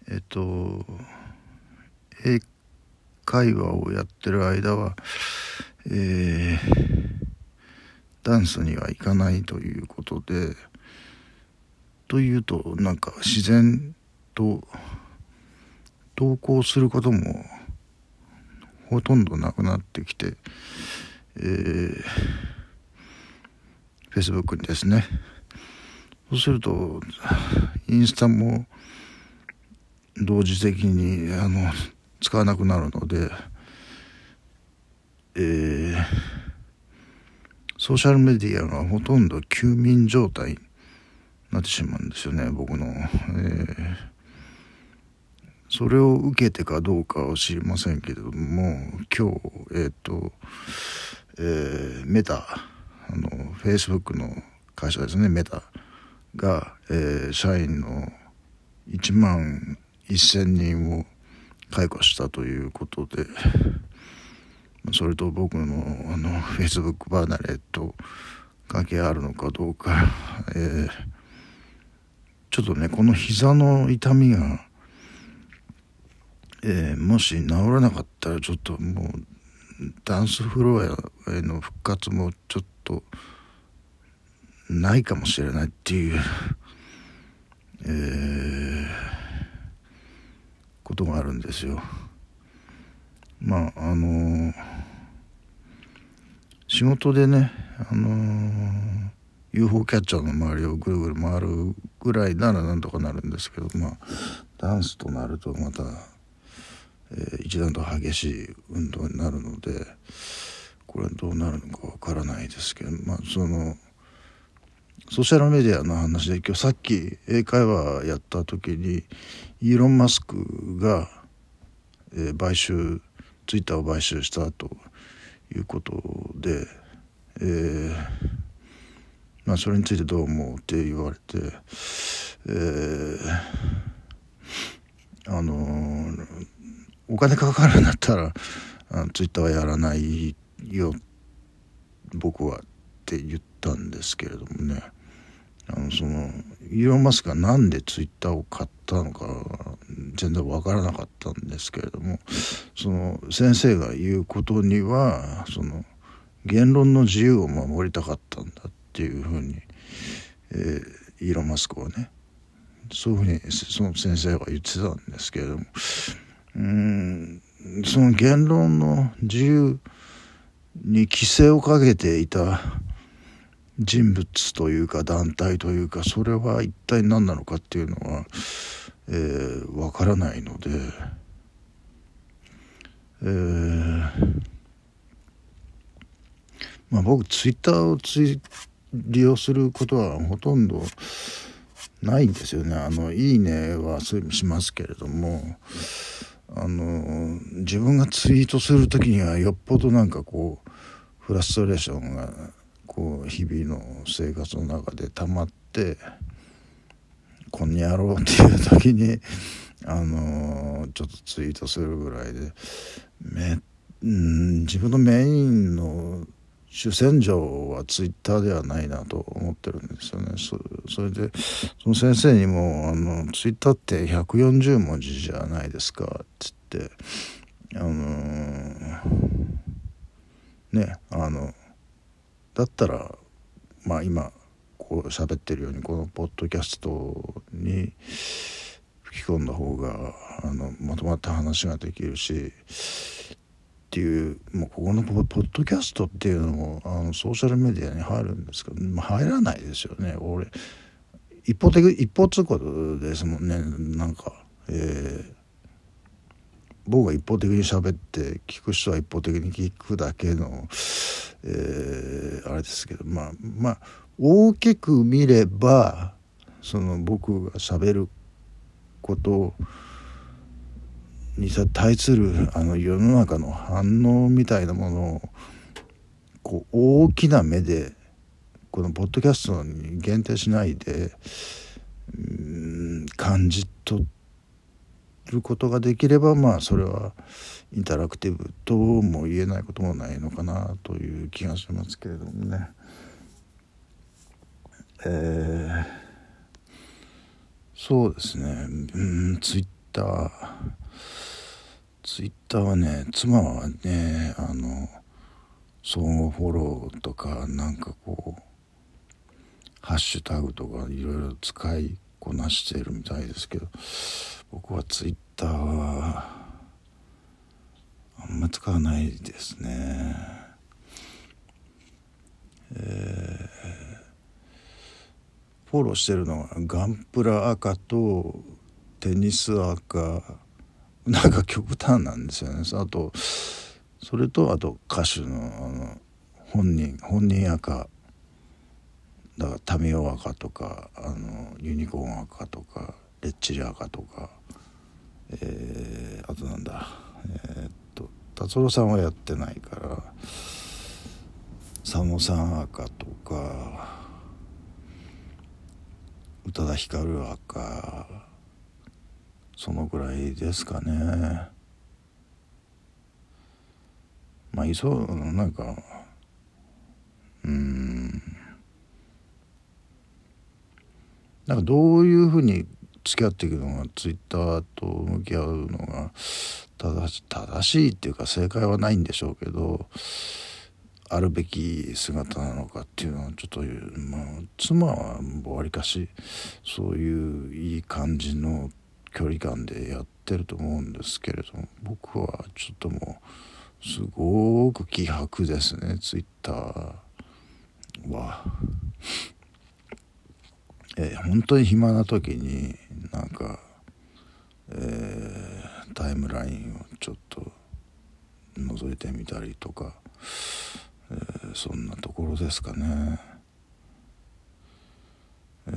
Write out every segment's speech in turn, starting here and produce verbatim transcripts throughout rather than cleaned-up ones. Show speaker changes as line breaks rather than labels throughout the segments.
えっと英会話をやってる間は、えー、ダンスには行かないということで、というとなんか自然と投稿することもほとんどなくなってきて、えー、Facebook にですね、そうするとインスタも同時的にあの使わなくなるので、えー、ソーシャルメディアがほとんど休眠状態になってしまうんですよね、僕の、えー、それを受けてかどうかは知りませんけれども、今日えっと、えー、メタあの Facebook の会社ですね、メタが、えー、社員のいちまんせんにんを解雇したということで、それと僕のあの Facebook 離れと関係あるのかどうか、えー、ちょっとねこの膝の痛みが、えー、もし治らなかったらちょっともうダンスフロアへの復活もちょっとないかもしれないっていう、えー、ことがあるんですよ。まああのー、仕事でね、あのー、ユーフォー キャッチャーの周りをぐるぐる回るぐらいならなんとかなるんですけど、まあダンスとなるとまた、えー、一段と激しい運動になるので、これはどうなるのかわからないですけど、まあそのソーシャルメディアの話で、今日さっき英会話やった時にイーロン・マスクが、えー、買収ツイッターを買収したということで、えーまあ、それについてどう思うって言われて、えー、あのー、お金かかるんだったらツイッターはやらないよ僕はって言ったんですけれどもね、あのそのイーロン・マスクがなんでツイッターを買ったのか全然わからなかったんですけれども、その先生が言うことにはその言論の自由を守りたかったんだっていうふうに、えー、イーロン・マスクはねそういうふうにその先生は言ってたんですけれども、うーんその言論の自由に規制をかけていた人物というか団体というか、それは一体何なのかっていうのは、えー、分からないので、えー、まあ僕ツイッターをつい利用することはほとんどないんですよね。あのいいねはそういうのしますけれども、あの自分がツイートするときにはよっぽどなんかこうフラストレーションがこう日々の生活の中で溜まって、こんにゃろうっていう時にあのー、ちょっとツイートするぐらいで、めん自分のメインの主戦場はツイッターではないなと思ってるんですよね。 そ, それでその先生にもあのツイッターってひゃくよんじゅうもじじゃないですかって言って、あのー、ねあのだったらまあ今こう喋ってるようにこのポッドキャストに吹き込んだ方があのまとまった話ができるしっていう、もうここのポッドキャストっていうのもあのソーシャルメディアに入るんですけど、まあ、入らないですよね。俺一方的一方通行ですもんね。なんか、えー、僕が一方的に喋って聞く人は一方的に聞くだけの、えー、あれですけど、まあまあ大きく見ればその僕が喋ることに対するあの世の中の反応みたいなものをこう大きな目でこのポッドキャストに限定しないでうーん感じ取ることができれば、まあそれはインタラクティブとも言えないこともないのかなという気がしますけれどもね。えー、そうですね、うんツイッターツイッターはね、妻はね、あの相互フォローとかなんかこうハッシュタグとかいろいろ使いこなしているみたいですけど、僕はツイッターはあんま使わないですね。えー、フォローしてるのはガンプラ赤とテニス赤、なんか極端なんですよね。あとそれとあと歌手の、あの本人本人赤だからタミオ赤とか、あのユニコーン赤とかレッチリ赤とか、えー、あとなんだ、えー、っと達郎さんはやってないから佐野さん赤とか宇多田ヒカル赤、そのぐらいですかね。まあいそうなんかうーんなんかどういうふうに付き合っていくのがツイッターと向き合うのが正し、正しいっていうか正解はないんでしょうけど、あるべき姿なのかっていうのはちょっと、まあ、妻はわりかしそういういい感じの距離感でやってると思うんですけれども、僕はちょっともうすごく希薄ですね、ツイッターは。えー、本当に暇な時になんか、えー、タイムラインをちょっと覗いてみたりとか、えー、そんなところですかね。え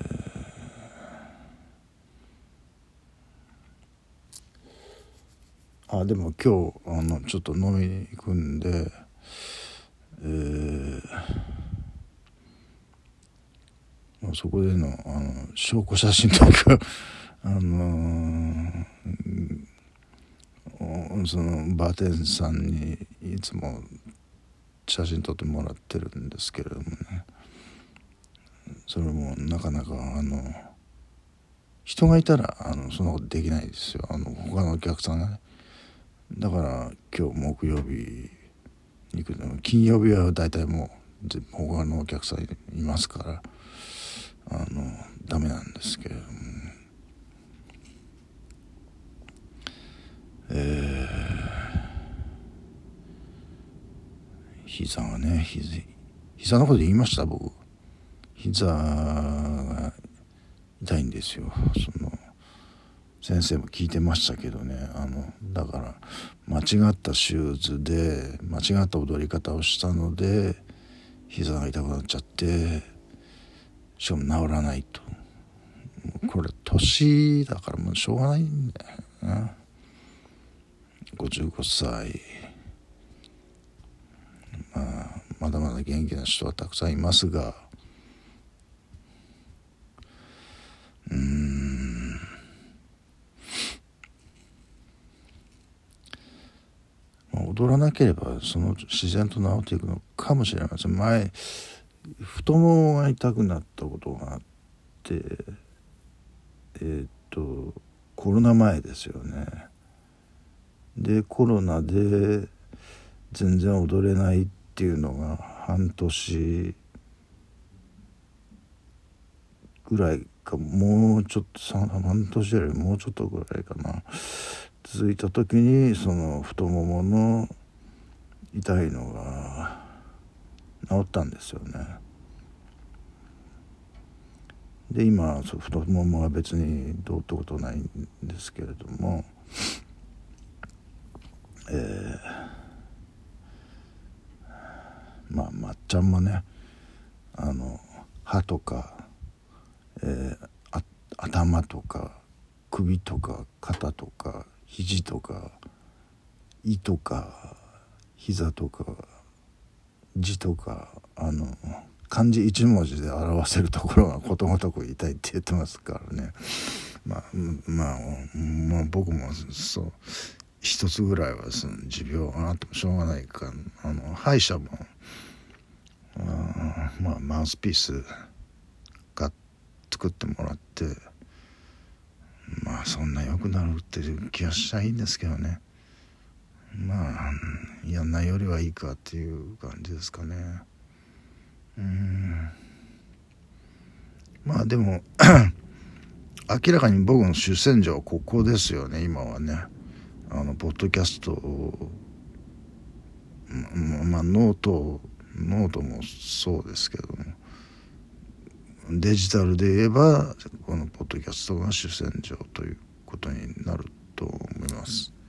ー、あでも今日あのちょっと飲みに行くんで、えーまあ、そこでの、あの証拠写真というかあのー、そのバーテンさんにいつも写真撮ってもらってるんですけれどもね、それもなかなかあの人がいたらあのそんなことできないですよ、あの他のお客さんがね。だから今日木曜日に行くの、金曜日はだいたいもう他のお客さんいますからあのダメなんですけれども、えー、膝がね膝膝のこと言いました。僕膝が痛いんですよ。その先生も聞いてましたけどね、あのだから間違ったシューズで間違った踊り方をしたので膝が痛くなっちゃって、しかも治らないと。これ年だからもうしょうがないんだよな。ごじゅうごさい、まあ、まだまだ元気な人はたくさんいますが、うーん踊らなければその自然と治っていくのかもしれません。前太ももが痛くなったことがあって、えー、っとコロナ前ですよね。でコロナで全然踊れないっていうのが半年ぐらいか、もうちょっと半年よりもうちょっとぐらいかな、続いた時にその太ももの痛いのが治ったんですよね。で今太ももは別にどうってことないんですけれども、えー、まあまっちゃんもね、あの歯とか、えー、あ頭とか首とか肩とか肘とか胃とか膝とか字とか、あの漢字一文字で表せるところがことごとく痛いって言ってますからね。まあまあ、まあ、僕もそう一つぐらいはその持病があってもしょうがないから、あの歯医者もあまあマウスピースが作ってもらって、まあそんな良くなるっていう気がしたらいいんですけどね。まあやんないよりはいいかっていう感じですかね。うーんまあでも明らかに僕の主戦場はここですよね今はね。あのポッドキャストをまあノートノートもそうですけども、デジタルで言えばこのポッドキャストが主戦場ということになると思います。